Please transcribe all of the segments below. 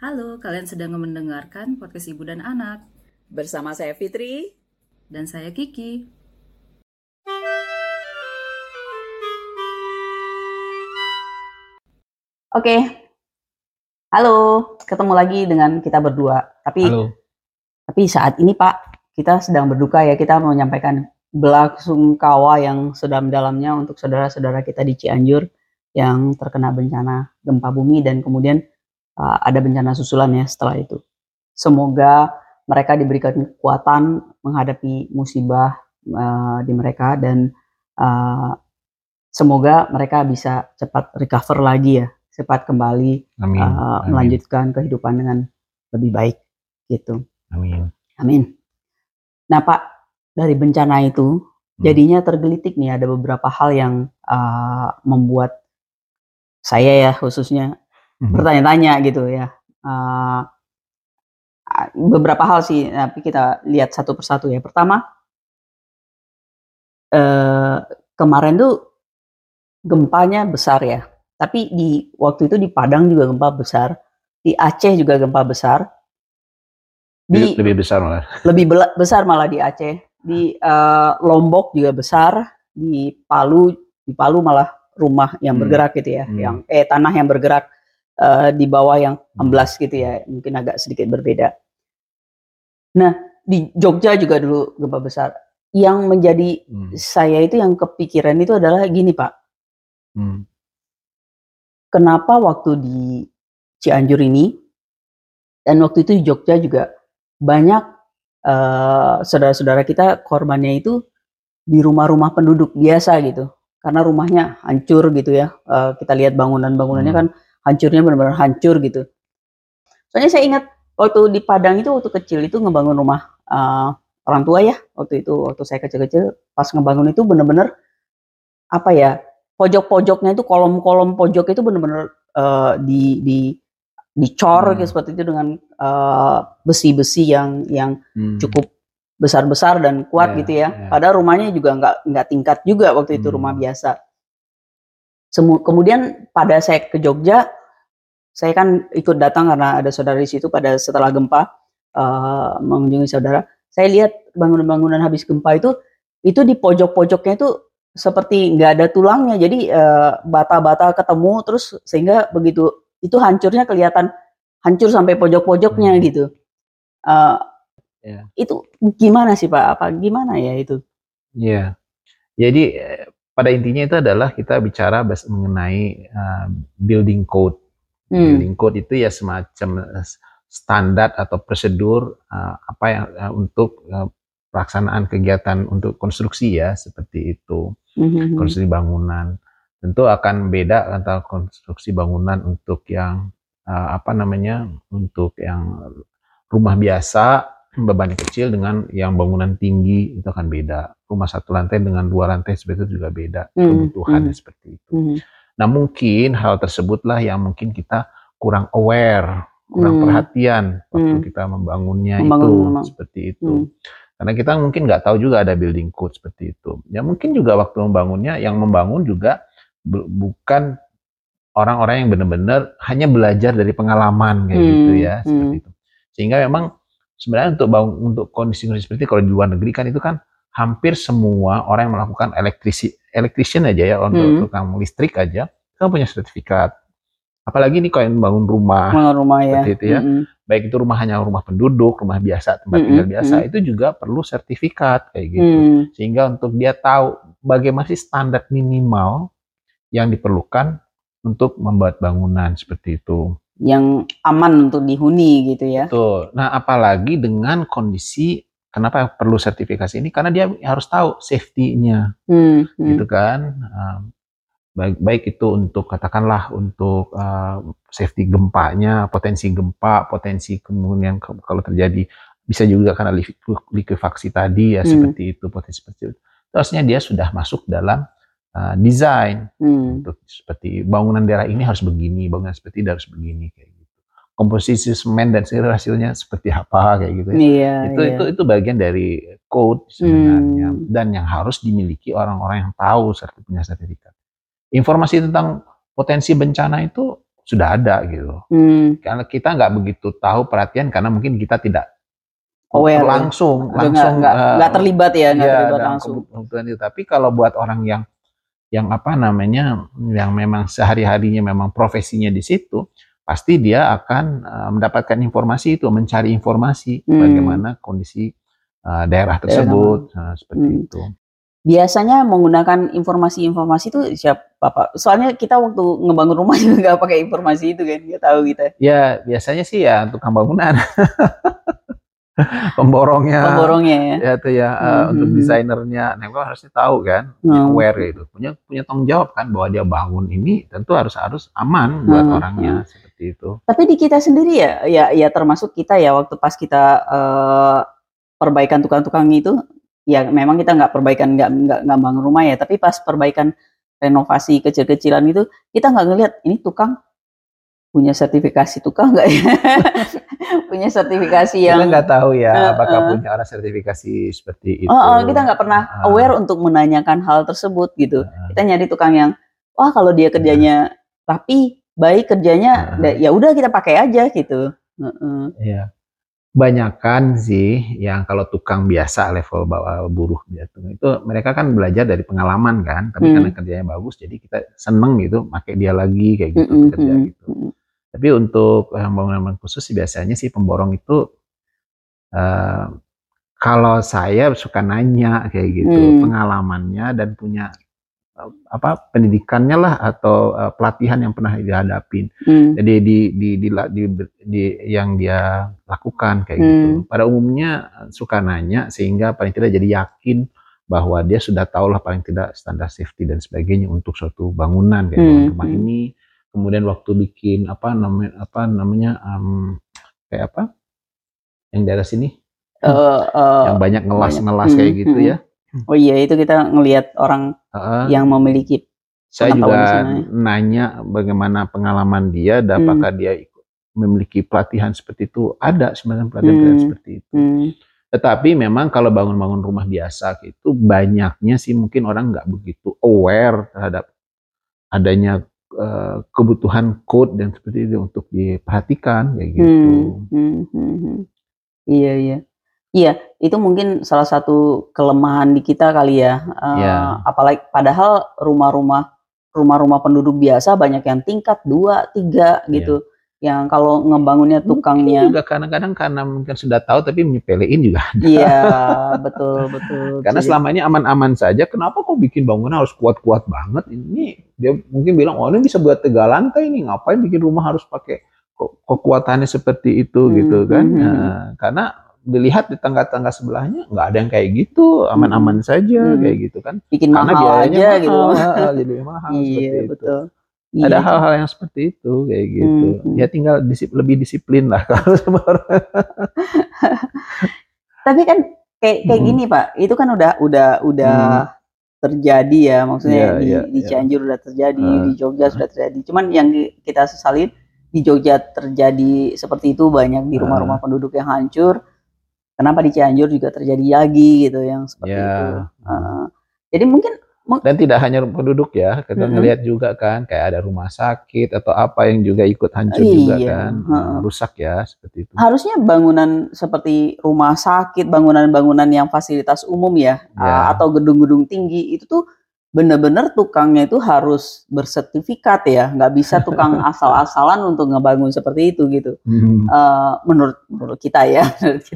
Halo, kalian sedang mendengarkan podcast Ibu dan Anak. Bersama saya Fitri. Dan saya Kiki. Oke, halo, ketemu lagi dengan kita berdua. Tapi saat ini Pak, kita sedang berduka ya. Kita mau menyampaikan belasungkawa yang sedalam-dalamnya untuk saudara-saudara kita di Cianjur yang terkena bencana gempa bumi dan kemudian ada bencana susulan ya setelah itu. Semoga mereka diberikan kekuatan menghadapi musibah di mereka dan semoga mereka bisa cepat recover lagi ya, cepat kembali melanjutkan kehidupan dengan lebih baik gitu. Amin. Nah Pak, dari bencana itu jadinya tergelitik nih, ada beberapa hal yang membuat saya ya khususnya bertanya-tanya gitu ya. Beberapa hal sih, tapi kita lihat satu persatu ya. Pertama, kemarin tuh gempanya besar ya. Tapi waktu itu di Padang juga gempa besar, di Aceh juga gempa besar. Lebih besar malah. Lebih besar malah di Aceh. Di Lombok juga besar, di Palu malah rumah yang bergerak gitu ya, yang tanah yang bergerak di bawah yang amblas gitu ya, mungkin agak sedikit berbeda. Nah, di Jogja juga dulu gempa besar. Yang menjadi saya itu yang kepikiran itu adalah gini Pak. Kenapa waktu di Cianjur ini dan waktu itu di Jogja juga banyak saudara-saudara kita korbannya itu di rumah-rumah penduduk biasa gitu, karena rumahnya hancur gitu ya. Kita lihat bangunannya kan hancurnya benar-benar hancur gitu. Soalnya saya ingat waktu di Padang itu waktu kecil itu ngebangun rumah orang tua ya, waktu saya kecil-kecil pas ngebangun itu benar-benar apa ya, pojok-pojoknya itu kolom-kolom pojok itu benar-benar dicor gitu seperti itu dengan besi-besi yang cukup besar-besar dan kuat gitu ya. Padahal rumahnya juga nggak tingkat juga waktu itu, rumah biasa. Kemudian pada saya ke Jogja, saya kan ikut datang karena ada saudara di situ pada setelah gempa mengunjungi saudara. Saya lihat bangunan-bangunan habis gempa itu di pojok-pojoknya itu seperti nggak ada tulangnya, jadi bata-bata ketemu terus sehingga begitu itu hancurnya kelihatan hancur sampai pojok-pojoknya gitu. Itu gimana sih Pak? Apa gimana ya itu? Iya. Jadi pada intinya itu adalah kita bicara mengenai building code. Building code itu ya semacam standar atau prosedur apa yang untuk pelaksanaan kegiatan untuk konstruksi ya, seperti itu. Konstruksi bangunan tentu akan beda antara konstruksi bangunan untuk yang untuk yang rumah biasa bebannya kecil dengan yang bangunan tinggi, itu akan beda. Rumah satu lantai dengan 2 lantai seperti itu juga beda kebutuhannya seperti itu. Nah mungkin hal tersebutlah yang mungkin kita kurang aware, kurang perhatian waktu kita membangunnya seperti itu. Karena kita mungkin nggak tahu juga ada building code seperti itu. Ya mungkin juga waktu membangunnya, yang membangun juga bukan orang-orang yang benar-benar hanya belajar dari pengalaman kayak gitu ya, seperti itu. Sehingga memang sebenarnya untuk kondisi-kondisi seperti kalau di luar negeri kan itu kan hampir semua orang yang melakukan electrician aja ya, untuk tukang listrik aja kan punya sertifikat. Apalagi ini kalau yang membangun rumah seperti itu ya, baik itu hanya rumah penduduk, rumah biasa, tempat tinggal biasa, itu juga perlu sertifikat kayak gitu. Sehingga untuk dia tahu bagaimana sih standar minimal yang diperlukan untuk membuat bangunan seperti itu. Yang aman untuk dihuni gitu ya. Betul. Nah apalagi dengan kondisi, kenapa perlu sertifikasi ini? Karena dia harus tahu safety-nya, gitu kan. Baik itu untuk katakanlah untuk safety gempanya, potensi gempa, potensi kemudian kalau terjadi bisa juga karena likuifaksi tadi ya, seperti itu, potensi seperti itu. Terusnya dia sudah masuk dalam desain untuk seperti bangunan daerah ini harus begini, bangunan seperti ini harus begini kayak gitu. Komposisi semen dan hasilnya seperti apa kayak gitu ya. Itu bagian dari code sebenarnya, dan yang harus dimiliki orang-orang yang tahu punya sertifikat. Informasi tentang potensi bencana itu sudah ada gitu. Karena kita nggak begitu tahu perhatian karena mungkin kita tidak aware, langsung nggak terlibat ya, nggak terlibat langsung. Kebutuhan itu. Tapi kalau buat orang yang apa namanya, yang memang sehari-harinya memang profesinya di situ, pasti dia akan mendapatkan informasi itu, mencari informasi bagaimana kondisi daerah tersebut, seperti itu. Biasanya menggunakan informasi-informasi itu siapa Pak? Soalnya kita waktu ngebangun rumah juga nggak pakai informasi itu kan, nggak tahu kita. Ya biasanya sih ya tukang bangunan. Pemborongnya ya tuh ya, untuk desainernya, memang harusnya tahu kan, aware itu, punya tanggung jawab kan bahwa dia bangun ini tentu harus aman buat orangnya, seperti itu. Tapi di kita sendiri ya termasuk kita ya, waktu pas kita perbaikan tukang-tukang itu, ya memang kita nggak bangun rumah ya, tapi pas perbaikan renovasi kecil-kecilan itu kita nggak ngelihat ini tukang punya sertifikasi tukang nggak ya? Punya sertifikasi yang kita nggak tahu ya apakah punya orang sertifikasi seperti itu. Kita nggak pernah aware untuk menanyakan hal tersebut gitu. Kita nyari tukang yang kalau dia kerjanya rapi, baik kerjanya, ya udah kita pakai aja gitu. Iya. Banyakan sih yang kalau tukang biasa level bawah buruh gitu, itu mereka kan belajar dari pengalaman kan, tapi karena kerjanya bagus jadi kita seneng gitu pakai dia lagi kayak gitu kerja gitu. Tapi untuk bangunan khusus biasanya sih pemborong itu kalau saya suka nanya kayak gitu pengalamannya dan punya pendidikannya lah atau pelatihan yang pernah dihadapin. Jadi di yang dia lakukan kayak gitu. Pada umumnya suka nanya sehingga paling tidak jadi yakin bahwa dia sudah tahu lah paling tidak standar safety dan sebagainya untuk suatu bangunan kayak rumah ini. Kemudian waktu bikin kayak apa yang daerah sini yang banyak ngelas kayak gitu ya. Oh iya, itu kita ngelihat orang yang memiliki. Saya juga nanya bagaimana pengalaman dia, dan apakah dia memiliki pelatihan seperti itu. Ada sebenarnya pelatihan seperti itu. Tetapi memang kalau bangun-bangun rumah biasa itu banyaknya sih mungkin orang nggak begitu aware terhadap adanya kebutuhan code dan seperti itu untuk diperhatikan kayak gitu. Iya, itu mungkin salah satu kelemahan di kita kali ya. Apalagi padahal rumah-rumah penduduk biasa banyak yang tingkat 2, 3 gitu. Yang kalau ngebangunnya tukangnya mungkin juga kadang-kadang karena mungkin sudah tahu tapi menyepelein juga. Iya, betul. Karena selama ini aman-aman saja, kenapa kok bikin bangunan harus kuat-kuat banget? Ini dia mungkin bilang, ini bisa buat 3 lantai nih, ngapain bikin rumah harus pakai kekuatannya seperti itu gitu kan? Karena dilihat di tangga-tangga sebelahnya nggak ada yang kayak gitu, aman-aman saja kayak gitu kan. Bikin karena mahal aja mahal, gitu. Jadi mahal seperti betul. itu. Ada hal-hal yang seperti itu kayak gitu. Ya tinggal lebih disiplin lah kalau sama orang. Tapi kan kayak gini Pak, itu kan udah terjadi ya, maksudnya di Cianjur udah terjadi, di Jogja sudah terjadi. Cuman yang kita sesalin di Jogja terjadi seperti itu, banyak di rumah-rumah penduduk yang hancur. Kenapa di Cianjur juga terjadi lagi gitu yang seperti itu. Jadi mungkin dan tidak hanya penduduk ya, kita ngelihat juga kan kayak ada rumah sakit atau apa yang juga ikut hancur juga kan, rusak ya seperti itu. Harusnya bangunan seperti rumah sakit, bangunan-bangunan yang fasilitas umum ya, atau gedung-gedung tinggi itu tuh benar-benar tukangnya itu harus bersertifikat ya, nggak bisa tukang asal-asalan untuk ngebangun seperti itu gitu. Menurut kita ya,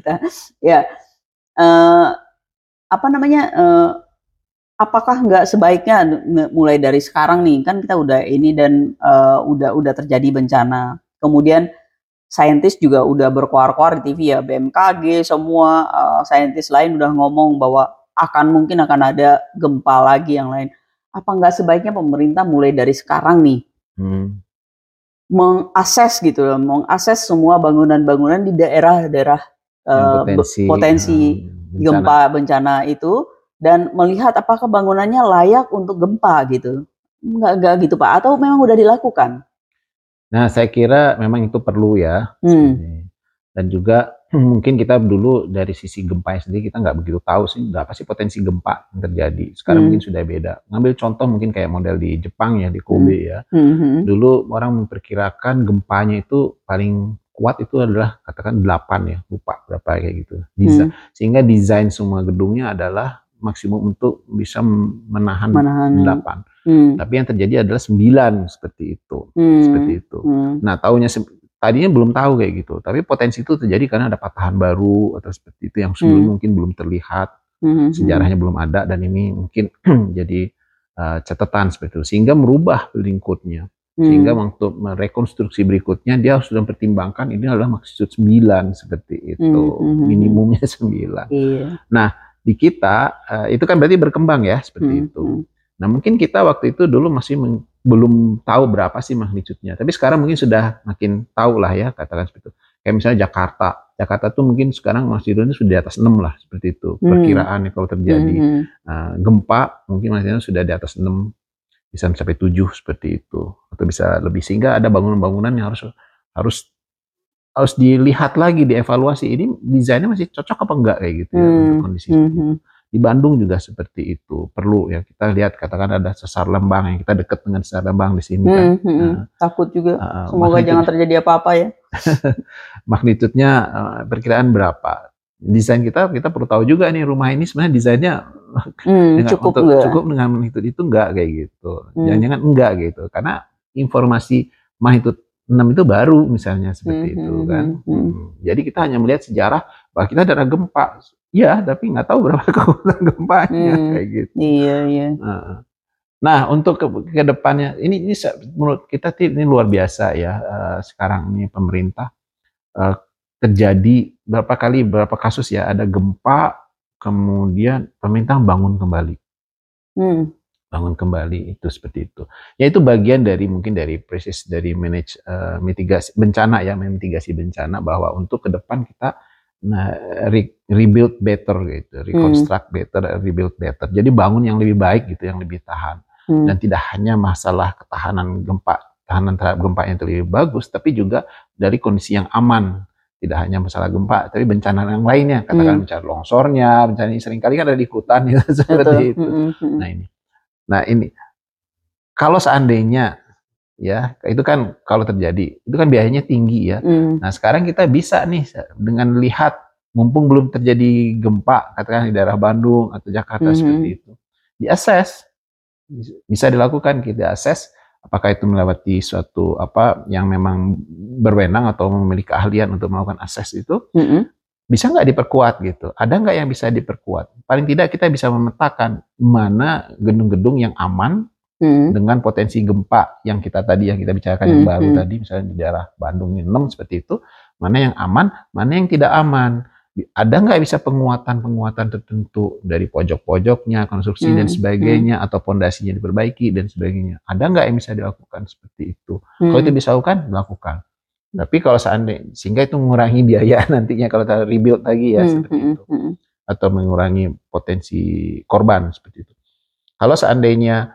apakah nggak sebaiknya mulai dari sekarang nih, kan kita udah ini dan udah terjadi bencana, kemudian saintis juga udah berkoar-koar di TV ya, BMKG semua saintis lain udah ngomong bahwa mungkin akan ada gempa lagi yang lain. Apa nggak sebaiknya pemerintah mulai dari sekarang nih mengakses semua bangunan-bangunan di daerah-daerah potensi gempa bencana itu, dan melihat apakah bangunannya layak untuk gempa gitu. Enggak gitu Pak, atau memang udah dilakukan? Nah saya kira memang itu perlu ya. Dan juga mungkin kita dulu dari sisi gempa sendiri kita nggak begitu tahu sih apa sih potensi gempa yang terjadi. Sekarang mungkin sudah beda. Ngambil contoh mungkin kayak model di Jepang ya, di Kobe ya. Dulu orang memperkirakan gempanya itu paling kuat itu adalah katakan 8 ya, lupa berapa kayak gitu. Sehingga desain semua gedungnya adalah maksimum untuk bisa menahan 8. Tapi yang terjadi adalah 9 seperti itu. Seperti itu. Nah, tadinya belum tahu kayak gitu, tapi potensi itu terjadi karena ada patahan baru atau seperti itu yang sebelumnya mungkin belum terlihat, sejarahnya belum ada, dan ini mungkin jadi catatan seperti itu, sehingga merubah building code-nya, sehingga untuk merekonstruksi berikutnya dia sudah mempertimbangkan ini adalah magnitudo 9 seperti itu, minimumnya 9. Nah, di kita itu kan berarti berkembang ya seperti itu. Nah, mungkin kita waktu itu dulu masih belum tahu berapa sih magnitudenya. Tapi sekarang mungkin sudah makin tahu lah ya, katakan seperti itu. Kayak misalnya Jakarta tuh mungkin sekarang magnitudenya sudah di atas 6 lah, seperti itu. Perkiraan kalau terjadi gempa, mungkin magnitudenya sudah di atas 6, bisa sampai 7 seperti itu. Atau bisa lebih, sehingga ada bangunan-bangunan yang harus dilihat lagi, dievaluasi. Ini desainnya masih cocok apa enggak kayak gitu ya untuk kondisi seperti itu. Di Bandung juga seperti itu, perlu ya kita lihat, katakan ada sesar lembang yang kita dekat dengan sesar lembang di sini kan. Takut juga, semoga jangan terjadi apa-apa ya. Magnitudenya perkiraan berapa? Desain kita perlu tahu juga nih, rumah ini sebenarnya desainnya cukup dengan magnitud itu enggak kayak gitu. Jangan-jangan enggak gitu, karena informasi magnitud 6 itu baru misalnya seperti itu kan. Jadi kita hanya melihat sejarah bahwa kita ada gempa. Ya, tapi nggak tahu berapa kekuatan gempanya kayak gitu. Iya. Nah, untuk ke depannya ini menurut kita ini luar biasa ya. Sekarang ini pemerintah terjadi berapa kasus ya, ada gempa, kemudian pemerintah bangun kembali. Bangun kembali itu seperti itu. Ya, itu bagian dari mungkin dari proses dari mitigasi bencana ya, mitigasi bencana, bahwa untuk ke depan kita rebuild better gitu, reconstruct better, rebuild better. Jadi bangun yang lebih baik gitu, yang lebih tahan. Dan tidak hanya masalah ketahanan terhadap gempa yang lebih bagus, tapi juga dari kondisi yang aman. Tidak hanya masalah gempa, tapi bencana yang lainnya, katakan bencana longsornya, bencana ini seringkali kan ada di hutan gitu, seperti itu. Nah ini kalau seandainya ya, itu kan kalau terjadi, itu kan biayanya tinggi ya. Nah, sekarang kita bisa nih dengan lihat, mumpung belum terjadi gempa, katakan di daerah Bandung atau Jakarta seperti itu, diakses, bisa dilakukan, kita akses, apakah itu melewati suatu yang memang berwenang atau memiliki keahlian untuk melakukan akses itu, bisa nggak diperkuat gitu? Ada nggak yang bisa diperkuat? Paling tidak kita bisa memetakan mana gedung-gedung yang aman, dengan potensi gempa yang kita bicarakan yang baru tadi, misalnya di daerah Bandung 6 seperti itu, mana yang aman, mana yang tidak aman. Ada nggak bisa penguatan tertentu dari pojok-pojoknya, konstruksi dan sebagainya, atau pondasinya diperbaiki dan sebagainya. Ada nggak yang bisa dilakukan seperti itu? Kalau itu bisa dilakukan. Tapi kalau sehingga itu mengurangi biaya nantinya kalau kita rebuild lagi ya, seperti itu. Atau mengurangi potensi korban seperti itu. Kalau seandainya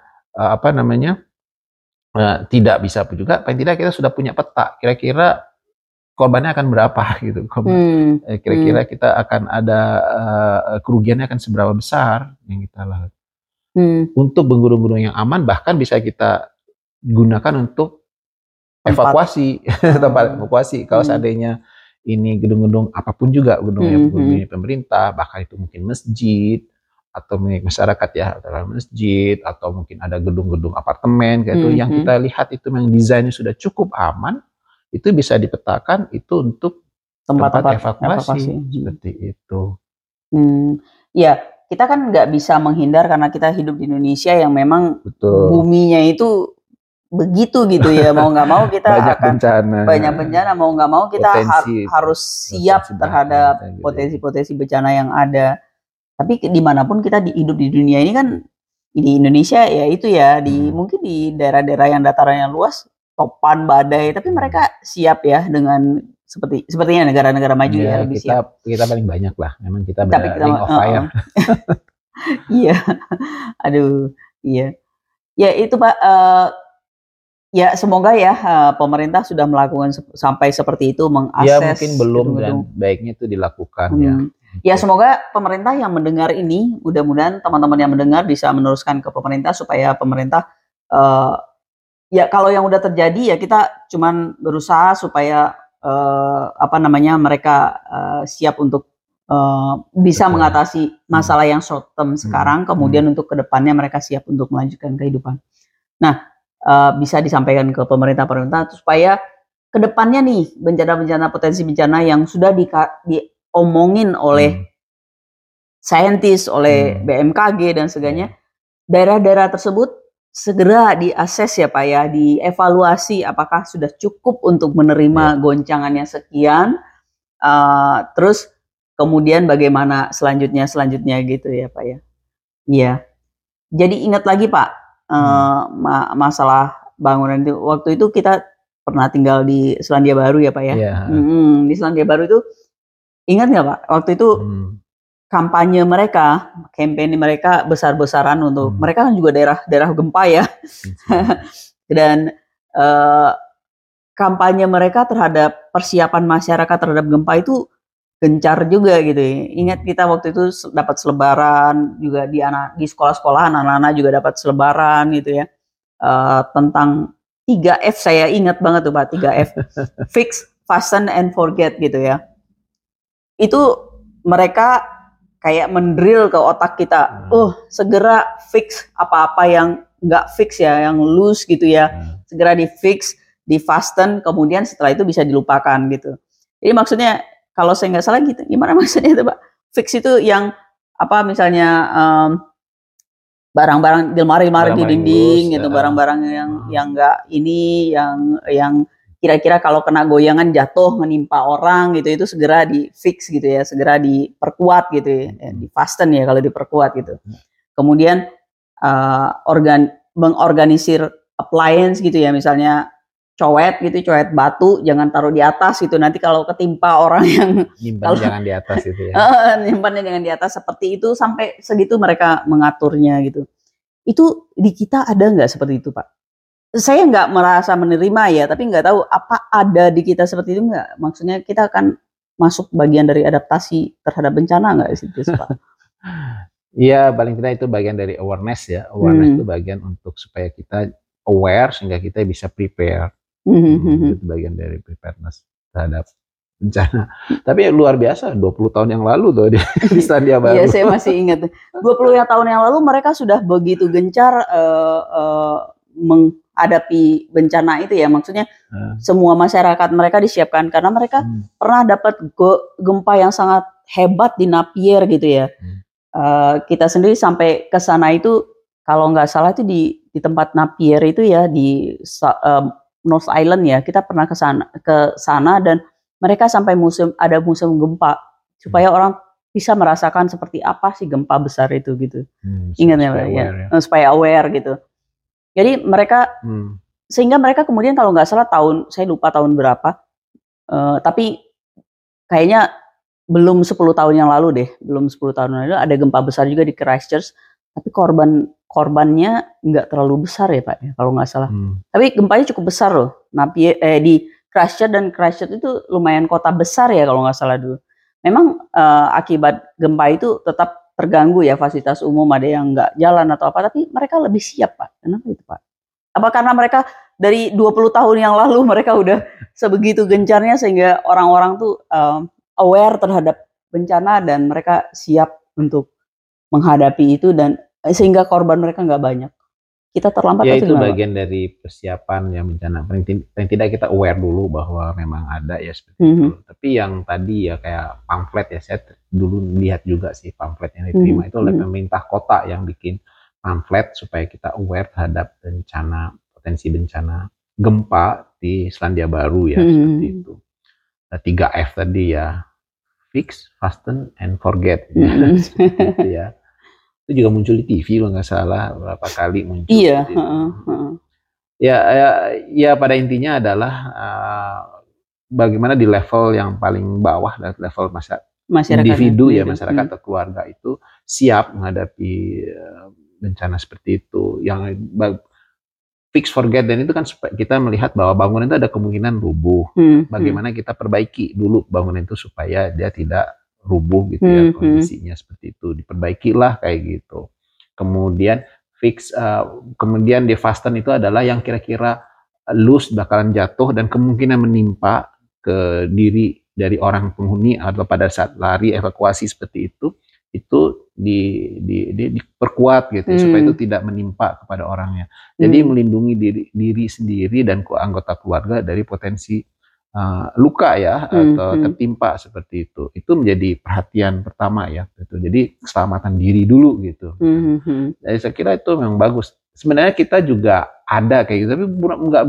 tidak bisa juga, paling tidak kita sudah punya peta kira-kira korbannya akan berapa gitu, kira-kira kita akan ada kerugiannya akan seberapa besar yang kita lakukan. Untuk gedung-gedung yang aman bahkan bisa kita gunakan untuk evakuasi, tempat evakuasi. Kalau seandainya ini gedung-gedung apapun juga, gedung pemerintah, bahkan itu mungkin masjid atau milik masyarakat ya, atau masjid, atau mungkin ada gedung-gedung apartemen kayak itu, yang kita lihat itu yang desainnya sudah cukup aman, itu bisa dipetakan itu untuk tempat evakuasi. Seperti itu. Ya, kita kan nggak bisa menghindar karena kita hidup di Indonesia yang memang buminya itu begitu gitu ya, mau nggak mau kita banyak bencana, mau nggak mau kita harus siap terhadap potensi-potensi bencana yang ada. Tapi dimanapun kita hidup di dunia ini kan, di Indonesia ya itu ya, mungkin di daerah-daerah yang datarannya luas, topan, badai, tapi mereka siap ya dengan sepertinya negara-negara maju ya lebih siap. Kita paling banyak lah, memang kita ring of fire. Iya, aduh, iya. Ya itu Pak, Ya semoga ya pemerintah sudah melakukan sampai seperti itu, Ya mengakses mungkin belum dan gedung-gedung. baiknya itu dilakukan ya. Ya semoga pemerintah yang mendengar ini, mudah-mudahan teman-teman yang mendengar bisa meneruskan ke pemerintah supaya pemerintah ya kalau yang udah terjadi ya kita cuman berusaha supaya mereka siap untuk bisa Betul. mengatasi masalah yang short term sekarang, kemudian untuk kedepannya mereka siap untuk melanjutkan kehidupan. Nah, bisa disampaikan ke pemerintah supaya kedepannya nih bencana-bencana, potensi bencana yang sudah diomongin oleh saintis, oleh BMKG dan sebagainya, daerah-daerah tersebut segera diakses ya Pak ya, dievaluasi apakah sudah cukup untuk menerima goncangannya sekian, terus kemudian bagaimana selanjutnya gitu ya Pak ya. Iya. Jadi ingat lagi Pak, masalah bangunan itu. Waktu itu kita pernah tinggal di Selandia Baru ya Pak ya. Di Selandia Baru itu ingat nggak Pak? Waktu itu kampanye mereka, campaign mereka besar-besaran untuk mereka kan juga daerah gempa ya. Dan kampanye mereka terhadap persiapan masyarakat terhadap gempa itu gencar juga gitu ya. Ingat kita waktu itu dapat selebaran juga di sekolah-sekolah anak-anak juga dapat selebaran gitu ya. Tentang 3F, saya ingat banget tuh Pak, 3F. Fix, fasten, and forget gitu ya. Itu mereka kayak mendrill ke otak kita. Segera fix apa-apa yang nggak fix ya, yang loose gitu ya. Segera di fix, di fasten, kemudian setelah itu bisa dilupakan gitu. Jadi maksudnya kalau saya nggak salah gitu, gimana maksudnya itu Pak? Fix itu yang apa misalnya barang-barang di lemari di dinding gitu, barang-barang yang nggak ini, yang kira-kira kalau kena goyangan jatuh menimpa orang gitu, itu segera di fix gitu ya, segera diperkuat gitu ya, di fasten ya kalau diperkuat gitu. Kemudian mengorganisir appliance gitu ya, misalnya cowet batu jangan taruh di atas gitu, nanti kalau ketimpa orang yang nyimpan jangan di atas itu ya. Nyimpannya jangan di atas, seperti itu sampai segitu mereka mengaturnya gitu. Itu di kita ada nggak seperti itu Pak? Saya nggak merasa menerima ya, tapi nggak tahu apa ada di kita seperti itu nggak? Maksudnya kita akan masuk bagian dari adaptasi terhadap bencana nggak situ Pak? Iya, paling tidak itu bagian dari awareness ya. Awareness itu bagian untuk supaya kita aware sehingga kita bisa prepare. Itu bagian dari preparedness terhadap bencana. Tapi luar biasa, 20 tahun yang lalu tuh di Selandia Baru. Iya, saya masih ingat. 20 tahun yang lalu mereka sudah begitu gencar menghadapi bencana itu ya. Maksudnya semua masyarakat mereka disiapkan karena mereka pernah dapat gempa yang sangat hebat di Napier gitu ya. Kita sendiri sampai ke sana itu kalau nggak salah itu di tempat Napier itu ya, di North Island ya, kita pernah ke sana dan mereka sampai ada museum gempa supaya orang bisa merasakan seperti apa sih gempa besar itu gitu. Ingat ya, supaya aware gitu. Jadi mereka sehingga mereka kemudian kalau nggak salah saya lupa tahun berapa, tapi kayaknya belum 10 tahun yang lalu deh, belum 10 tahun yang lalu ada gempa besar juga di Christchurch, tapi korbannya nggak terlalu besar ya Pak ya, kalau nggak salah. Tapi gempanya cukup besar loh. Di Christchurch, dan Christchurch itu lumayan kota besar ya kalau nggak salah dulu. Memang akibat gempa itu tetap terganggu ya, fasilitas umum ada yang nggak jalan atau apa, tapi mereka lebih siap Pak. Kenapa itu Pak? Apa karena mereka dari 20 tahun yang lalu mereka udah sebegitu gencarnya sehingga orang-orang tuh aware terhadap bencana dan mereka siap untuk menghadapi itu, dan sehingga korban mereka nggak banyak. Kita terlambat ya, itu gimana, bagian dari persiapan yang bencana. Paling tidak kita aware dulu bahwa memang ada ya seperti itu. Tapi yang tadi ya kayak pamflet ya, saya dulu lihat juga sih pamflet yang diterima itu oleh pemerintah kota yang bikin pamflet supaya kita aware terhadap bencana, potensi bencana gempa di Selandia Baru ya, seperti itu. 3F tadi ya, fix, fasten, and forget. Seperti itu ya. Itu juga muncul di TV kalau nggak salah, berapa kali muncul. Iya. Ya pada intinya adalah bagaimana di level yang paling bawah, level masyarakat individu ya, masyarakat atau keluarga itu siap menghadapi bencana seperti itu. Yang fix forget, dan itu kan supaya kita melihat bahwa bangunan itu ada kemungkinan rubuh. Bagaimana kita perbaiki dulu bangunan itu supaya dia tidak rubuh gitu ya, kondisinya seperti itu, diperbaikilah kayak gitu. Kemudian fix, kemudian devastator itu adalah yang kira-kira loose, bakalan jatuh dan kemungkinan menimpa ke diri dari orang penghuni atau pada saat lari evakuasi seperti itu diperkuat gitu supaya itu tidak menimpa kepada orangnya. Jadi melindungi diri sendiri dan anggota keluarga dari potensi luka ya atau tertimpa seperti itu. Itu menjadi perhatian pertama ya. Gitu. Jadi keselamatan diri dulu gitu. Jadi saya kira itu memang bagus. Sebenarnya kita juga ada kayak gitu, tapi nggak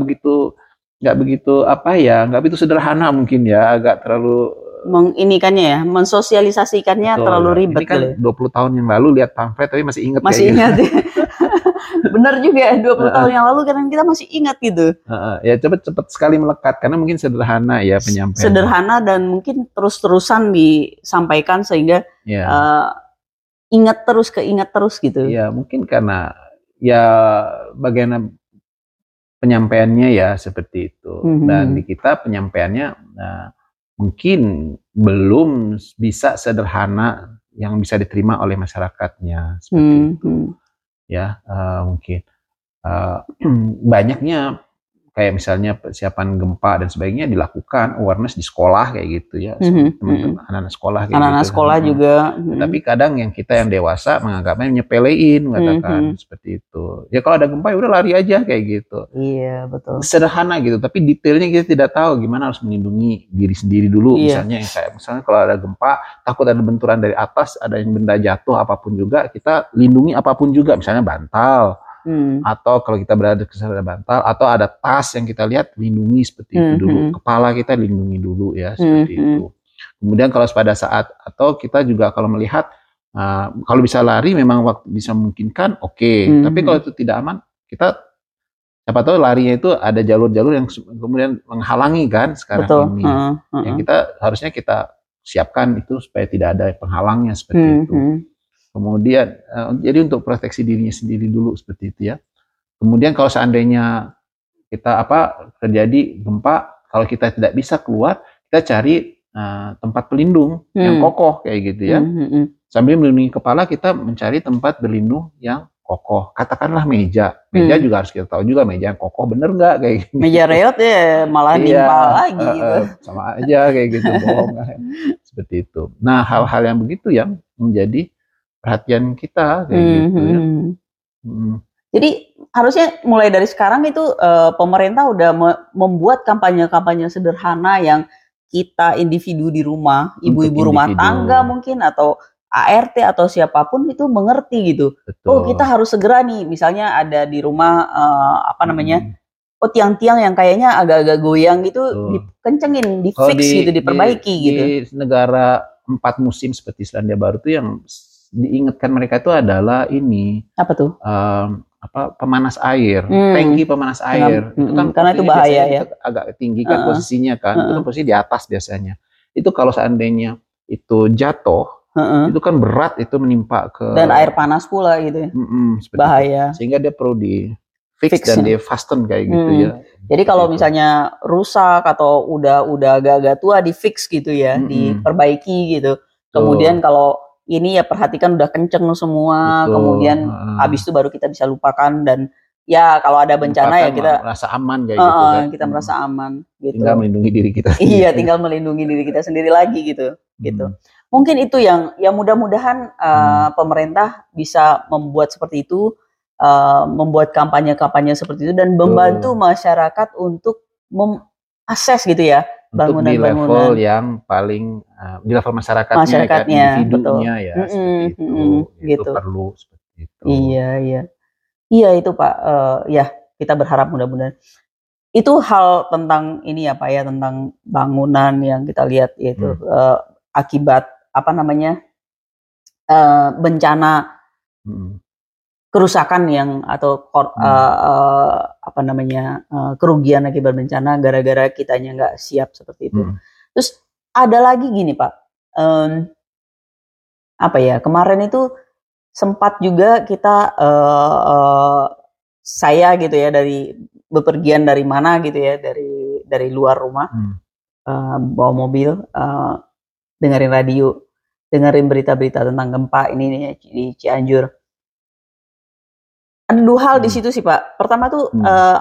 begitu sederhana mungkin ya, agak terlalu menginikannya ya, mensosialisasikannya terlalu ribet. Ini kan 20 tahun yang lalu lihat pamflet tapi masih ingat. Masih ingat ya. Benar juga ya, 20 tahun yang lalu karena kita masih ingat gitu. Ya cepat sekali melekat karena mungkin sederhana ya penyampaian. Sederhana dan mungkin terus-terusan disampaikan sehingga ingat terus gitu. Ya mungkin karena ya bagian penyampaiannya ya seperti itu. Dan di kita penyampaiannya mungkin belum bisa sederhana yang bisa diterima oleh masyarakatnya seperti itu. Ya mungkin banyaknya kayak misalnya persiapan gempa dan sebagainya dilakukan awareness di sekolah kayak gitu ya, teman-teman anak-anak sekolah kayak anak-anak gitu. Sekolah juga. Tapi kadang yang kita yang dewasa menganggapnya nyepelein, mengatakan seperti itu. Ya kalau ada gempa ya udah lari aja kayak gitu. Iya betul. Sederhana gitu, tapi detailnya kita tidak tahu gimana harus melindungi diri sendiri dulu. Misalnya kalau ada gempa takut ada benturan dari atas, ada yang benda jatuh apapun juga, kita lindungi apapun juga, misalnya bantal. Atau kalau kita berada di ada bantal atau ada tas yang kita lihat, lindungi seperti itu dulu. Kepala kita lindungi dulu ya seperti itu. Kemudian kalau pada saat atau kita juga kalau melihat kalau bisa lari memang waktu bisa memungkinkan tapi kalau itu tidak aman, kita siapa tahu larinya itu ada jalur-jalur yang kemudian menghalangi kan sekarang ini. Yang harusnya kita siapkan itu supaya tidak ada penghalangnya seperti itu. Kemudian, jadi untuk proteksi dirinya sendiri dulu seperti itu ya. Kemudian kalau seandainya kita terjadi gempa, kalau kita tidak bisa keluar, kita cari tempat pelindung yang kokoh kayak gitu ya. Sambil melindungi kepala, kita mencari tempat berlindung yang kokoh. Katakanlah meja juga harus kita tahu juga meja yang kokoh bener nggak kayak gitu. Meja reot ya malah nimpa lagi gitu. Sama aja kayak gitu, bohong seperti itu. Nah hal-hal yang begitu yang menjadi perhatian kita kayak gitu ya. Jadi harusnya mulai dari sekarang itu pemerintah udah membuat kampanye-kampanye sederhana yang kita individu di rumah, ibu-ibu rumah tangga mungkin atau ART atau siapapun itu mengerti gitu. Betul. Oh kita harus segera nih, misalnya ada di rumah tiang-tiang yang kayaknya agak-agak goyang gitu, dikencengin, difix gitu, diperbaiki gitu. Di negara 4 musim seperti Selandia Baru tuh yang diingatkan mereka itu adalah ini apa tuh pemanas air, tangki pemanas air itu kan karena itu bahaya ya, itu agak tinggi kan posisinya kan, itu kan posisi di atas biasanya. Itu kalau seandainya itu jatuh itu kan berat, itu menimpa ke dan air panas pula gitu ya, bahaya itu. Sehingga dia perlu di fix dan di fasten kayak gitu ya. Jadi kalau misalnya rusak atau udah agak-agak tua di fix gitu ya, diperbaiki gitu. Kemudian kalau ini ya perhatikan udah kenceng semua. Betul. Kemudian habis itu baru kita bisa lupakan dan ya kalau ada bencana ya kita merasa aman kayak gitu kan. Kita merasa aman gitu. Tinggal melindungi diri kita sendiri. Iya, tinggal melindungi diri kita sendiri lagi gitu. Gitu. Mungkin itu yang mudah-mudahan pemerintah bisa membuat seperti itu, membuat kampanye-kampanye seperti itu dan membantu masyarakat untuk mengakses gitu ya. Bangunan-bangunan di level yang paling di level masyarakatnya kan, individunya ya seperti itu perlu seperti itu. Iya itu Pak, ya kita berharap mudah-mudahan itu hal tentang ini ya Pak ya, tentang bangunan yang kita lihat yaitu akibat bencana kerusakan yang atau kerugian akibat bencana gara-gara kitanya nggak siap seperti itu. Terus ada lagi gini Pak, kemarin itu sempat juga kita saya gitu ya dari bepergian dari mana gitu ya dari luar rumah, bawa mobil, dengerin radio, dengerin berita-berita tentang gempa ini nih di Cianjur. Ada 2 hal di situ sih Pak. Pertama tuh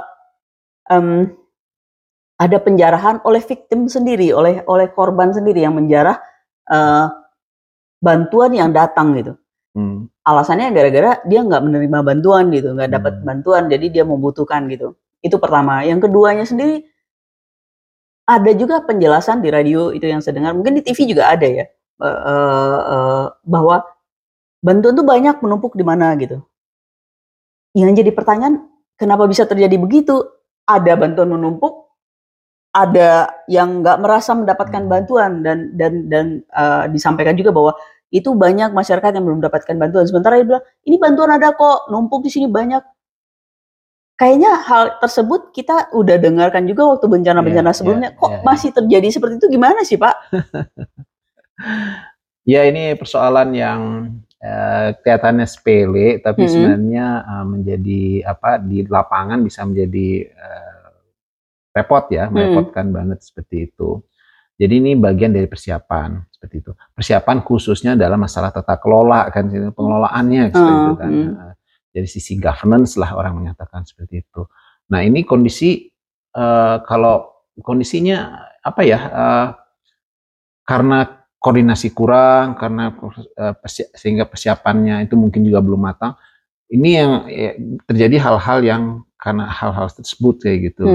ada penjarahan oleh victim sendiri, oleh korban sendiri yang menjarah bantuan yang datang gitu. Alasannya gara-gara dia nggak menerima bantuan gitu, nggak dapat bantuan, jadi dia membutuhkan gitu. Itu pertama. Yang keduanya sendiri ada juga penjelasan di radio itu yang saya dengar, mungkin di TV juga ada ya, bahwa bantuan tuh banyak menumpuk di mana gitu. Yang jadi pertanyaan, kenapa bisa terjadi begitu? Ada bantuan menumpuk, ada yang nggak merasa mendapatkan bantuan dan disampaikan juga bahwa itu banyak masyarakat yang belum mendapatkan bantuan. Sementara dia bilang ini bantuan ada kok, numpuk di sini banyak. Kayaknya hal tersebut kita udah dengarkan juga waktu bencana-bencana sebelumnya. Kok masih terjadi seperti itu, gimana sih Pak? Ya ini persoalan yang kelihatannya sepele, tapi sebenarnya menjadi di lapangan bisa menjadi repot ya, merepotkan banget seperti itu. Jadi ini bagian dari persiapan seperti itu. Persiapan khususnya dalam masalah tata kelola kan, pengelolaannya seperti itu kan. Dari sisi governance lah orang menyatakan seperti itu. Nah ini kondisi kalau kondisinya karena koordinasi kurang, karena sehingga persiapannya itu mungkin juga belum matang. Ini yang terjadi hal-hal yang karena hal-hal tersebut kayak gitu,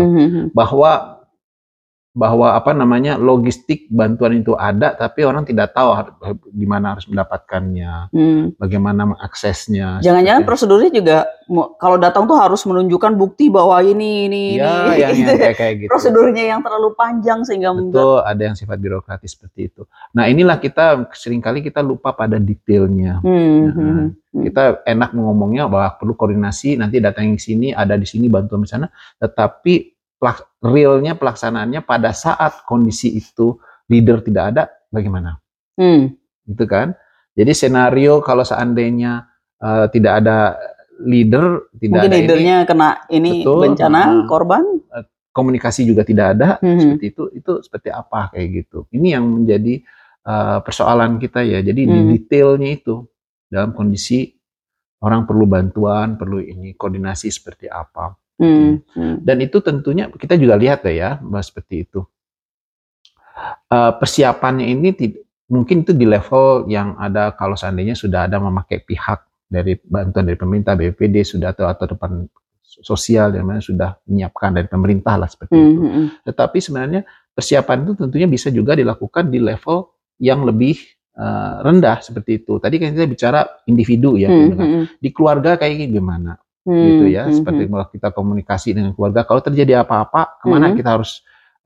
bahwa logistik bantuan itu ada, tapi orang tidak tahu di mana harus mendapatkannya, bagaimana mengaksesnya. Jangan-jangan prosedurnya juga kalau datang tuh harus menunjukkan bukti bahwa ini gitu. Kayak gitu. Prosedurnya yang terlalu panjang sehingga betul ada yang sifat birokratis seperti itu. Nah inilah seringkali kita lupa pada detailnya. Kita enak ngomongnya bahwa perlu koordinasi, nanti datang ke sini, ada di sini bantuan di sana, tetapi realnya pelaksanaannya pada saat kondisi itu leader tidak ada, bagaimana? Gitu kan? Jadi senario kalau seandainya tidak ada leader, tidak mungkin ada leadernya kena bencana, korban, komunikasi juga tidak ada, seperti itu seperti apa kayak gitu. Ini yang menjadi persoalan kita ya. Jadi di detailnya itu dalam kondisi orang perlu bantuan, perlu koordinasi seperti apa. Dan itu tentunya kita juga lihat ya, bahwa seperti itu. Persiapannya ini mungkin itu di level yang ada kalau seandainya sudah ada memakai pihak dari bantuan dari pemerintah, BPD sudah atau depan sosial yang mana sudah menyiapkan dari pemerintah lah seperti itu. Tetapi sebenarnya persiapan itu tentunya bisa juga dilakukan di level yang lebih rendah seperti itu. Tadi kan kita bicara individu ya, di keluarga kayak gimana? Gitu ya, seperti kalau kita komunikasi dengan keluarga, kalau terjadi apa-apa, kemana kita harus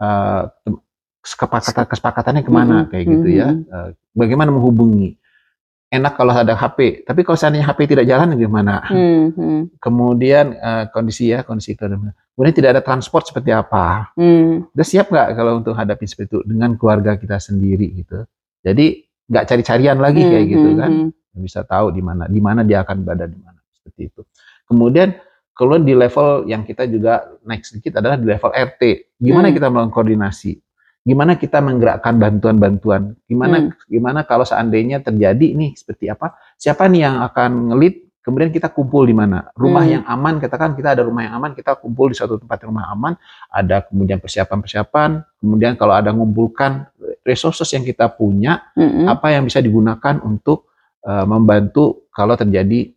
kesepakatannya kemana kayak gitu ya, bagaimana menghubungi. Enak kalau ada HP, tapi kalau seandainya HP tidak jalan gimana? Kemudian kondisi kemudian tidak ada transport seperti apa? Udah siap nggak kalau untuk hadapi seperti itu dengan keluarga kita sendiri gitu? Jadi nggak cari-carian lagi kayak gitu kan? Bisa tahu di mana dia akan berada di mana seperti itu. Kemudian kalau di level yang kita juga naik sedikit adalah di level RT. Gimana kita melakukan koordinasi? Gimana kita menggerakkan bantuan-bantuan? Gimana kalau seandainya terjadi nih seperti apa? Siapa nih yang akan ngelit? Kemudian kita kumpul di mana? Rumah yang aman, katakan kita ada rumah yang aman, kita kumpul di suatu tempat rumah aman, ada kemudian persiapan-persiapan, kemudian kalau ada ngumpulkan resources yang kita punya, apa yang bisa digunakan untuk membantu kalau terjadi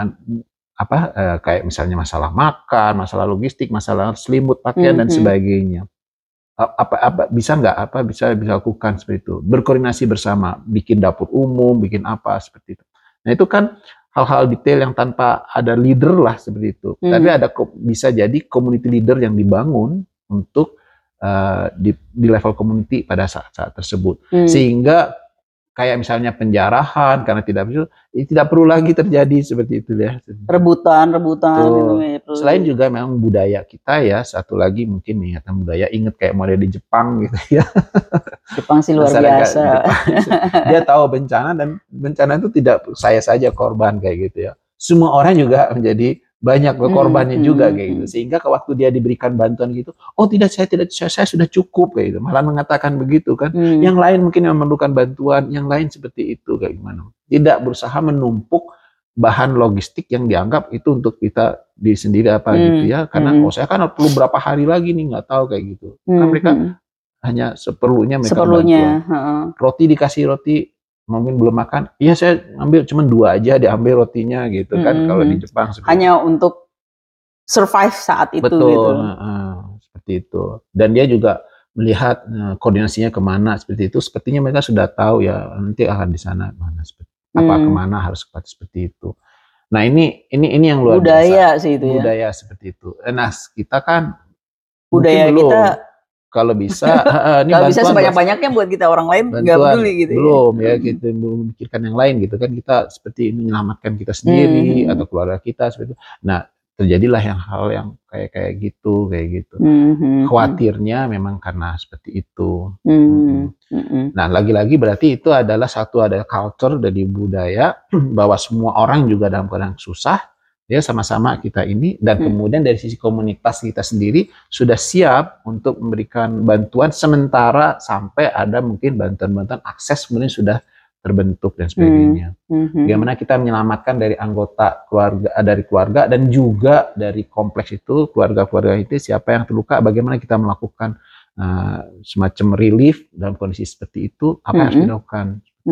kayak misalnya masalah makan, masalah logistik, masalah selimut, pakaian dan sebagainya. Bisa lakukan seperti itu. Berkoordinasi bersama, bikin dapur umum, bikin apa seperti itu. Nah itu kan hal-hal detail yang tanpa ada leader lah seperti itu. Tapi bisa jadi community leader yang dibangun untuk di level community pada saat tersebut. Sehingga kayak misalnya penjarahan karena tidak perlu lagi terjadi seperti itu ya. Rebutan. Selain juga memang budaya kita ya, satu lagi mungkin mengingatkan budaya, ingat kayak model di Jepang gitu ya. Jepang sih luar biasa. Dia tahu bencana dan bencana itu tidak saya saja korban kayak gitu ya. Semua orang juga menjadi banyak korbannya juga kayak gitu. Sehingga waktu dia diberikan bantuan gitu, oh tidak, saya sudah cukup kayak gitu. Malah mengatakan begitu kan. Yang lain mungkin yang memerlukan bantuan, yang lain seperti itu kayak gimana. Tidak berusaha menumpuk bahan logistik yang dianggap itu untuk kita di sendiri apa gitu ya. Karena saya kan perlu berapa hari lagi nih, nggak tahu kayak gitu. Kan mereka hanya seperlunya mereka bantuan. Roti dikasih roti, mungkin belum makan, iya saya ambil cuma 2 aja, diambil rotinya gitu kan. Kalau di Jepang hanya untuk survive saat itu. Betul, gitu. Seperti itu. Dan dia juga melihat koordinasinya kemana seperti itu. Sepertinya mereka sudah tahu ya nanti akan di sana mana kemana harus seperti itu. Nah ini yang luar budaya biasa. Sih itu budaya seperti itu. Nah kita kan budaya kita kalau bisa ini kalau bisa sebanyak-banyaknya buat kita, orang lain nggak peduli gitu belum ya, kita belum memikirkan yang lain gitu kan, kita seperti menyelamatkan kita sendiri atau keluarga kita seperti itu. Nah terjadilah hal yang kayak gitu. Khawatirnya memang karena seperti itu. Nah lagi-lagi berarti itu adalah culture dari budaya bahwa semua orang juga dalam keadaan susah, dia sama-sama kita ini, dan kemudian dari sisi komunitas kita sendiri sudah siap untuk memberikan bantuan sementara sampai ada mungkin bantuan-bantuan akses kemudian sudah terbentuk dan sebagainya. Bagaimana kita menyelamatkan dari anggota keluarga dan juga dari kompleks itu, keluarga itu siapa yang terluka, bagaimana kita melakukan semacam relief dalam kondisi seperti itu, apa yang harus dilakukan.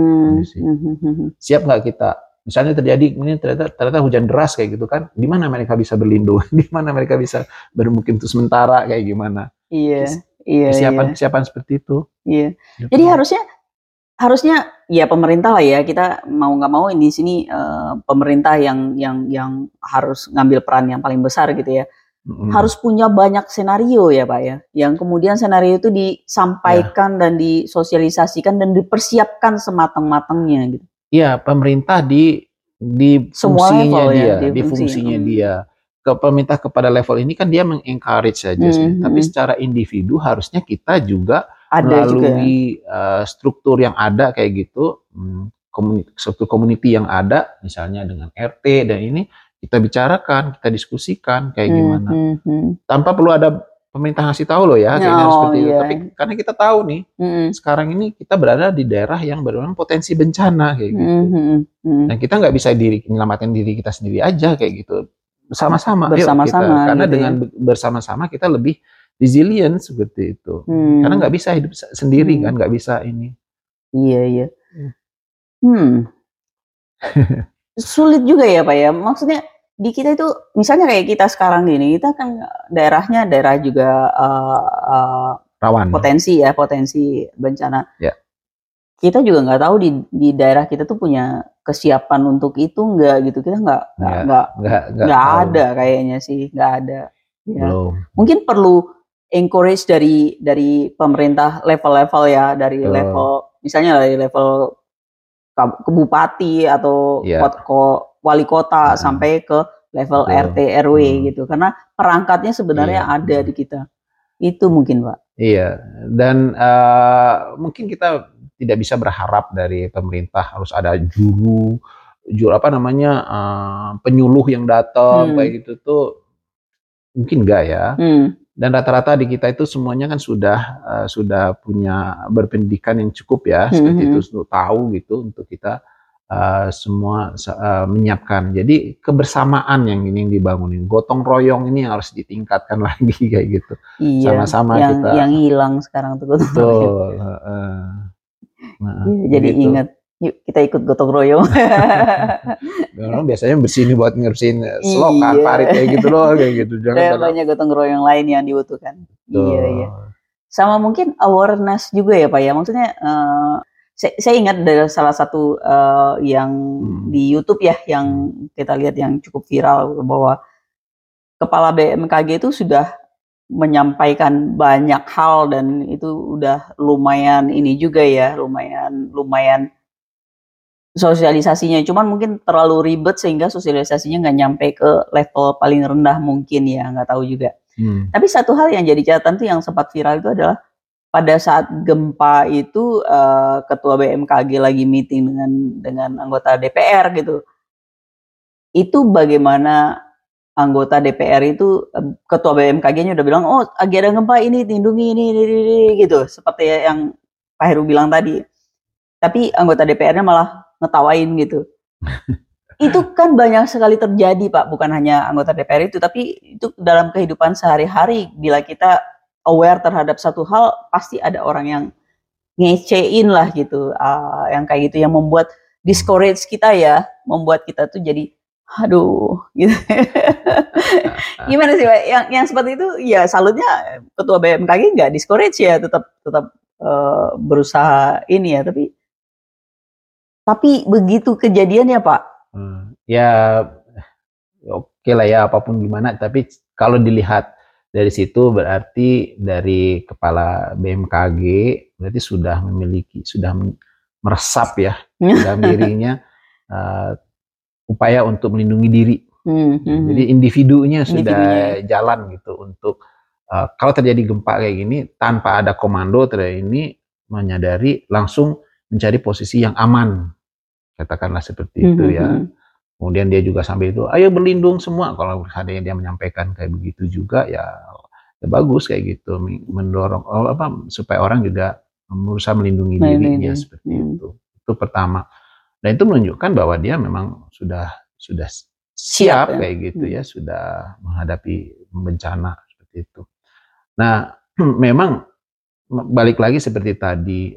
Siap nggak kita? Misalnya terjadi, ini ternyata hujan deras kayak gitu kan, di mana mereka bisa berlindung, di mana mereka bisa bermukim untuk sementara kayak gimana? Kesiapan seperti itu. Iya. Jadi harusnya ya pemerintah lah ya, kita mau nggak mau di sini pemerintah yang harus ngambil peran yang paling besar gitu ya. Harus punya banyak senario ya Pak ya, yang kemudian senario itu disampaikan dan disosialisasikan dan dipersiapkan sematang-matangnya gitu. Iya, pemerintah di fungsinya dia. Ke pemerintah kepada level ini kan dia mengencourage saja, tapi secara individu harusnya kita juga melalui struktur yang ada kayak gitu, struktur community yang ada, misalnya dengan RT dan ini kita bicarakan, kita diskusikan kayak gimana, tanpa perlu ada pemerintah ngasih tahu loh ya, kayaknya harus seperti itu. Tapi karena kita tahu nih, sekarang ini kita berada di daerah yang benar-benar potensi bencana kayak gitu. Dan kita nggak bisa menyelamatkan diri kita sendiri aja kayak gitu. Bersama-sama. Karena gitu dengan bersama-sama kita lebih resilient seperti itu. Karena nggak bisa hidup sendiri kan, nggak bisa ini. Iya. Sulit juga ya Pak ya. Maksudnya di kita itu misalnya kayak kita sekarang gini, kita kan daerah juga rawan, potensi bencana. Ya. Kita juga nggak tahu di daerah kita tuh punya kesiapan untuk itu nggak gitu. Kita nggak ada kayaknya sih, nggak ada. Ya. Belum. Mungkin perlu encourage dari pemerintah level-level ya, dari level misalnya dari level bupati atau wali kota sampai ke level RT RW gitu, karena perangkatnya sebenarnya ada di kita. Itu mungkin Pak. Iya, dan mungkin kita tidak bisa berharap dari pemerintah harus ada juru penyuluh yang datang kayak gitu tuh, mungkin enggak ya. Dan rata-rata di kita itu semuanya kan sudah punya berpendidikan yang cukup ya, seperti itu, untuk tahu gitu, untuk kita semua menyiapkan. Jadi kebersamaan yang dibangunin, gotong royong ini harus ditingkatkan lagi kayak gitu. Iya, sama-sama yang hilang sekarang tuh gotong royong. Jadi gitu. Ingat, yuk kita ikut gotong royong. Biasanya ngersihin selokan, parit kayak gitu loh, kayak gitu. Jangan banyak gotong royong lain yang dibutuhkan. Iya. Sama mungkin awareness juga ya Pak ya. Maksudnya saya ingat dari salah satu yang di YouTube ya, yang kita lihat yang cukup viral, bahwa Kepala BMKG itu sudah menyampaikan banyak hal dan itu udah lumayan ini juga ya, lumayan sosialisasinya. Cuman mungkin terlalu ribet sehingga sosialisasinya nggak nyampe ke level paling rendah mungkin ya, nggak tahu juga. Tapi satu hal yang jadi catatan tuh yang sempat viral itu adalah pada saat gempa itu ketua BMKG lagi meeting dengan anggota DPR gitu. Itu bagaimana anggota DPR itu, ketua BMKG-nya udah bilang, oh lagi ada gempa ini, lindungi ini, gitu. Seperti yang Pak Heru bilang tadi. Tapi anggota DPR-nya malah ngetawain gitu. Itu kan banyak sekali terjadi Pak, bukan hanya anggota DPR itu, tapi itu dalam kehidupan sehari-hari. Bila kita aware terhadap satu hal, pasti ada orang yang ngecein lah gitu, yang kayak gitu, yang membuat discourage kita ya, membuat kita tuh jadi, aduh, gitu. Gimana sih Pak? Yang seperti itu, ya salutnya ketua BMKG nggak discourage ya, tetap berusaha ini ya, tapi begitu kejadian ya Pak. Ya oke lah ya, apapun gimana, tapi kalau dilihat dari situ berarti dari kepala BMKG berarti sudah meresap ya dalam dirinya upaya untuk melindungi diri. Jadi individunya sudah jalan gitu untuk kalau terjadi gempa kayak gini tanpa ada komando ini menyadari langsung mencari posisi yang aman, katakanlah seperti itu ya. Kemudian dia juga sampai itu, ayo berlindung semua. Kalau seandainya dia menyampaikan kayak begitu juga ya bagus kayak gitu, mendorong supaya orang juga berusaha melindungi dirinya seperti itu. Itu pertama. Dan itu menunjukkan bahwa dia memang sudah siap kayak gitu ya, sudah menghadapi bencana seperti itu. Nah, memang balik lagi seperti tadi,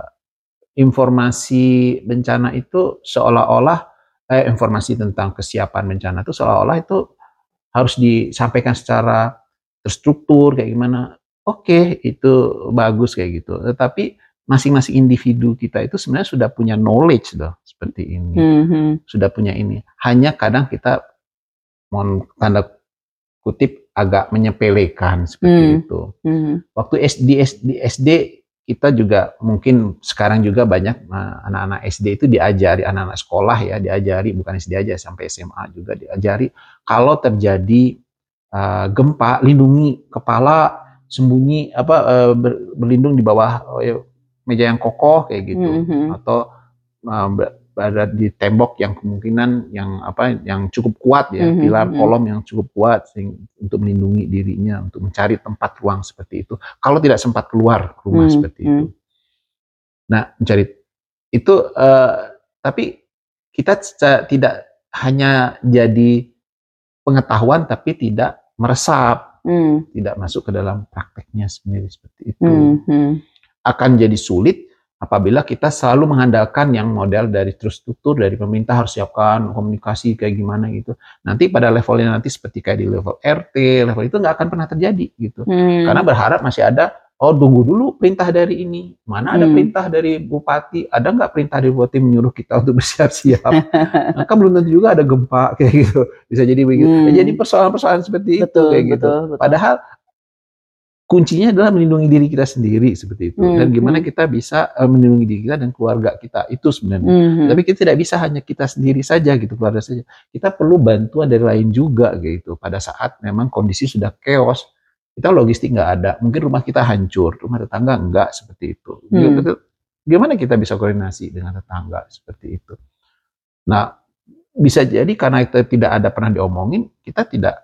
informasi bencana itu seolah-olah informasi tentang kesiapan bencana itu seolah-olah itu harus disampaikan secara terstruktur kayak gimana. Oke, itu bagus kayak gitu. Tetapi masing-masing individu kita itu sebenarnya sudah punya knowledge loh seperti ini. Sudah punya ini. Hanya kadang kita mohon tanda kutip agak menyepelekan seperti itu. Waktu di SD kita juga mungkin sekarang juga banyak anak-anak SD itu diajari, anak-anak sekolah ya diajari, bukan SD aja sampai SMA juga diajari kalau terjadi gempa lindungi kepala, sembunyi berlindung di bawah meja yang kokoh kayak gitu, atau berada di tembok yang kemungkinan yang cukup kuat ya, pilar kolom yang cukup kuat untuk melindungi dirinya, untuk mencari tempat ruang seperti itu. Kalau tidak sempat keluar rumah seperti itu. Nah, mencari itu tapi kita tidak hanya jadi pengetahuan tapi tidak meresap, tidak masuk ke dalam prakteknya sendiri seperti itu. Akan jadi sulit apabila kita selalu mengandalkan yang model dari terstruktur dari pemerintah harus siapkan komunikasi kayak gimana gitu. Nanti pada levelnya nanti seperti kayak di level RT, level itu nggak akan pernah terjadi gitu. Karena berharap masih ada, tunggu dulu perintah dari ini. Mana ada perintah dari bupati, ada nggak perintah dari bupati menyuruh kita untuk bersiap-siap. Maka belum tentu juga ada gempa kayak gitu. Bisa jadi begitu. Jadi persoalan-persoalan seperti itu kayak gitu. Padahal kuncinya adalah melindungi diri kita sendiri seperti itu, dan gimana kita bisa melindungi diri kita dan keluarga kita itu sebenarnya. Tapi kita tidak bisa hanya kita sendiri saja gitu, keluarga saja. Kita perlu bantuan dari lain juga gitu. Pada saat memang kondisi sudah chaos, kita logistik nggak ada, mungkin rumah kita hancur, rumah tetangga enggak seperti itu. Gimana kita bisa koordinasi dengan tetangga seperti itu? Nah, bisa jadi karena itu tidak ada pernah diomongin, kita tidak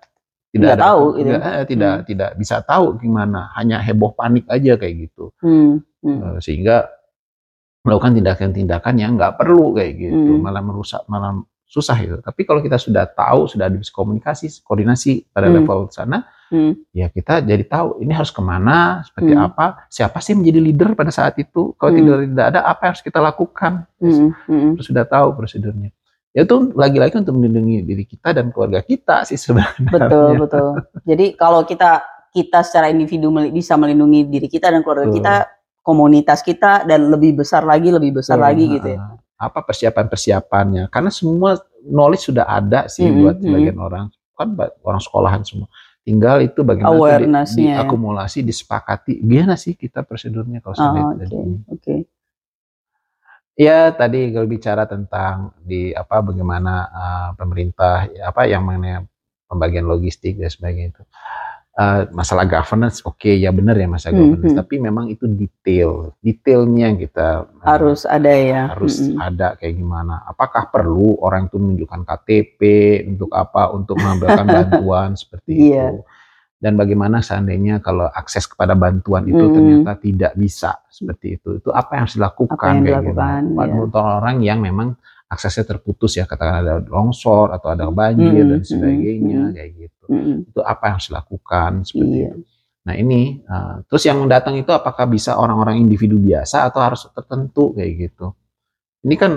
bisa tahu gimana, hanya heboh panik aja kayak gitu, sehingga melakukan tindakan-tindakan yang nggak perlu kayak gitu, malah merusak, malah susah itu. Tapi kalau kita sudah tahu, sudah ada koordinasi pada level sana, ya kita jadi tahu ini harus kemana, seperti apa, siapa sih menjadi leader pada saat itu. Kalau tidak ada, apa yang harus kita lakukan, terus sudah tahu prosedurnya. Ya itu lagi-lagi untuk melindungi diri kita dan keluarga kita sih sebenarnya. Betul. Jadi kalau kita secara individu bisa melindungi diri kita dan keluarga kita, komunitas kita, dan lebih besar lagi gitu ya. Apa persiapan-persiapannya? Karena semua knowledge sudah ada sih buat sebagian orang. Kan orang sekolahan semua. Tinggal itu bagaimana diakumulasi, disepakati. Gimana sih kita prosedurnya kalau sudah Oke. Ya tadi kalau bicara tentang bagaimana pemerintah yang mengenai pembagian logistik dan sebagainya itu. masalah governance, oke, ya benar ya masalah governance, tapi memang itu detailnya yang kita harus ada ya. Harus ada kayak gimana. Apakah perlu orang itu menunjukkan KTP untuk apa? Untuk mengambilkan bantuan seperti itu. Dan bagaimana seandainya kalau akses kepada bantuan itu ternyata tidak bisa seperti itu. Itu apa yang harus dilakukan kayak gitu. Menurut orang yang memang aksesnya terputus ya, katakan ada longsor atau ada banjir dan sebagainya kayak gitu. Itu apa yang harus dilakukan seperti itu. Nah ini, terus yang datang itu apakah bisa orang-orang individu biasa atau harus tertentu kayak gitu. Ini kan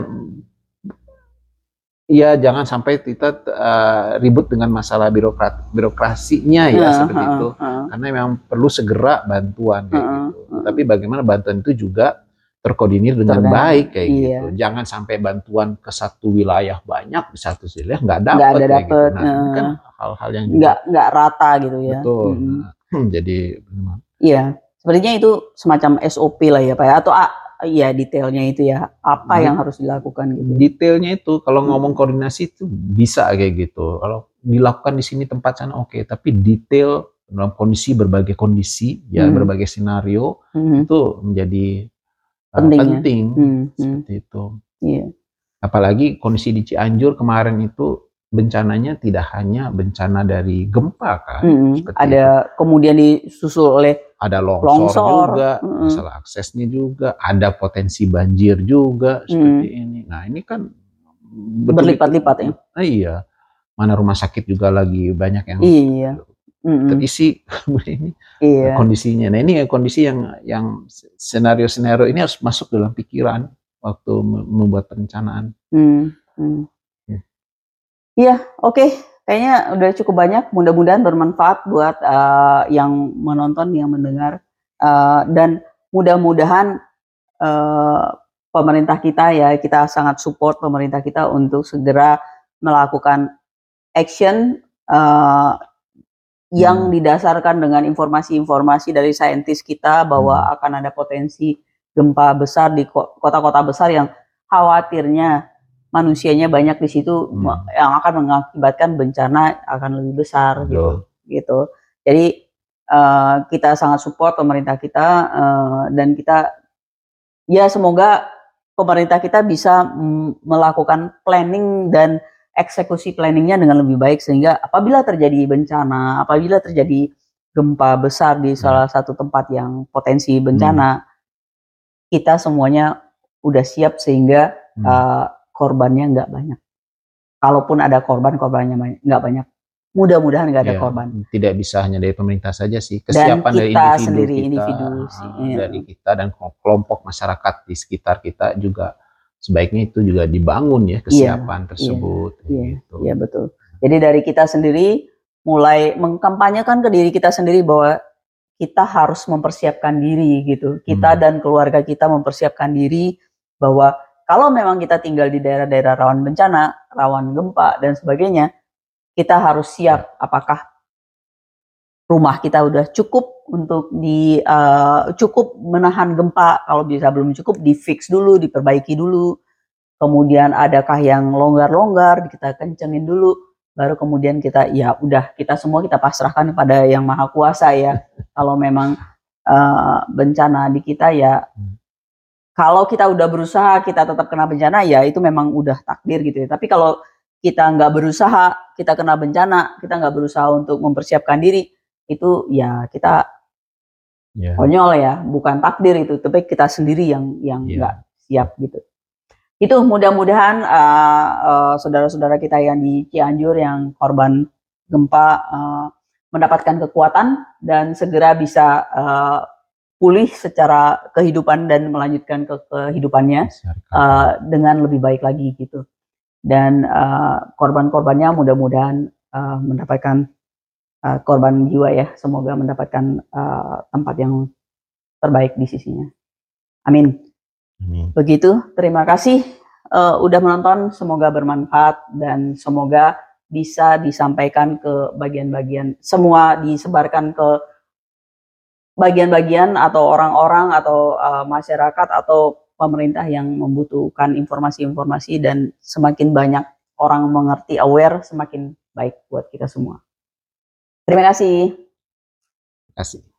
ya jangan sampai kita ribut dengan masalah birokrasinya ya seperti itu. Karena memang perlu segera bantuan kayak gitu. Tapi bagaimana bantuan itu juga terkoordinir dengan baik kayak gitu. Jangan sampai bantuan ke satu wilayah banyak, di satu wilayah nggak dapat kayak gitu. Nah, ini kan hal-hal yang nggak rata gitu ya. Betul. Jadi iya, sepertinya itu semacam SOP lah ya Pak ya, atau ya detailnya itu ya, apa yang harus dilakukan gitu. Detailnya itu kalau ngomong koordinasi itu bisa kayak gitu. Kalau dilakukan di sini tempat sana oke, tapi detail dalam berbagai kondisi ya, berbagai skenario itu menjadi penting seperti itu. Apalagi kondisi di Cianjur kemarin itu bencananya tidak hanya bencana dari gempa kan, ada itu. Kemudian disusul oleh ada longsor juga, masalah aksesnya juga, ada potensi banjir juga seperti ini. Nah ini kan berlipat-lipat ya. Iya, mana rumah sakit juga lagi banyak yang terisi ini kondisinya. Nah ini kondisi yang senario-senario ini harus masuk dalam pikiran waktu membuat perencanaan. Iya, oke. Kayaknya udah cukup banyak. Mudah-mudahan bermanfaat buat yang menonton, yang mendengar, dan mudah-mudahan pemerintah kita ya, kita sangat support pemerintah kita untuk segera melakukan action yang didasarkan dengan informasi-informasi dari saintis kita bahwa akan ada potensi gempa besar di kota-kota besar yang khawatirnya manusianya banyak di situ, yang akan mengakibatkan bencana akan lebih besar gitu. Jadi kita sangat support pemerintah kita, dan kita ya semoga pemerintah kita bisa melakukan planning dan eksekusi planningnya dengan lebih baik, sehingga apabila terjadi bencana, apabila terjadi gempa besar di salah satu tempat yang potensi bencana, kita semuanya udah siap sehingga korbannya nggak banyak. Kalaupun ada korbannya nggak banyak. Mudah-mudahan nggak ada korban. Tidak bisa hanya dari pemerintah saja sih, kesiapan dari individu dari kita dan kelompok masyarakat di sekitar kita juga sebaiknya itu juga dibangun ya kesiapan tersebut. Iya betul. Jadi dari kita sendiri mulai mengkampanyekan ke diri kita sendiri bahwa kita harus mempersiapkan diri gitu. Kita dan keluarga kita mempersiapkan diri bahwa kalau memang kita tinggal di daerah-daerah rawan bencana, rawan gempa dan sebagainya, kita harus siap apakah rumah kita udah cukup untuk cukup menahan gempa. Kalau bisa belum cukup, di-fix dulu, diperbaiki dulu. Kemudian adakah yang longgar-longgar, kita kencengin dulu. Baru kemudian kita semua kita pasrahkan kepada Yang Maha Kuasa ya. Kalau memang bencana di kita ya, kalau kita udah berusaha kita tetap kena bencana ya itu memang udah takdir gitu ya. Tapi kalau kita nggak berusaha, kita kena bencana, kita nggak berusaha untuk mempersiapkan diri, itu ya kita konyol ya, bukan takdir itu, tapi kita sendiri yang nggak siap gitu. Itu mudah-mudahan saudara-saudara kita yang di Cianjur yang korban gempa mendapatkan kekuatan dan segera bisa pulih secara kehidupan dan melanjutkan ke kehidupannya dengan lebih baik lagi gitu. Dan korban-korbannya mudah-mudahan mendapatkan korban jiwa ya, semoga mendapatkan tempat yang terbaik di sisinya. Amin. Begitu, terima kasih udah menonton, semoga bermanfaat dan semoga bisa disampaikan ke bagian-bagian, semua disebarkan ke bagian-bagian atau orang-orang atau masyarakat atau pemerintah yang membutuhkan informasi-informasi, dan semakin banyak orang mengerti, aware, semakin baik buat kita semua. Terima kasih. Kasih.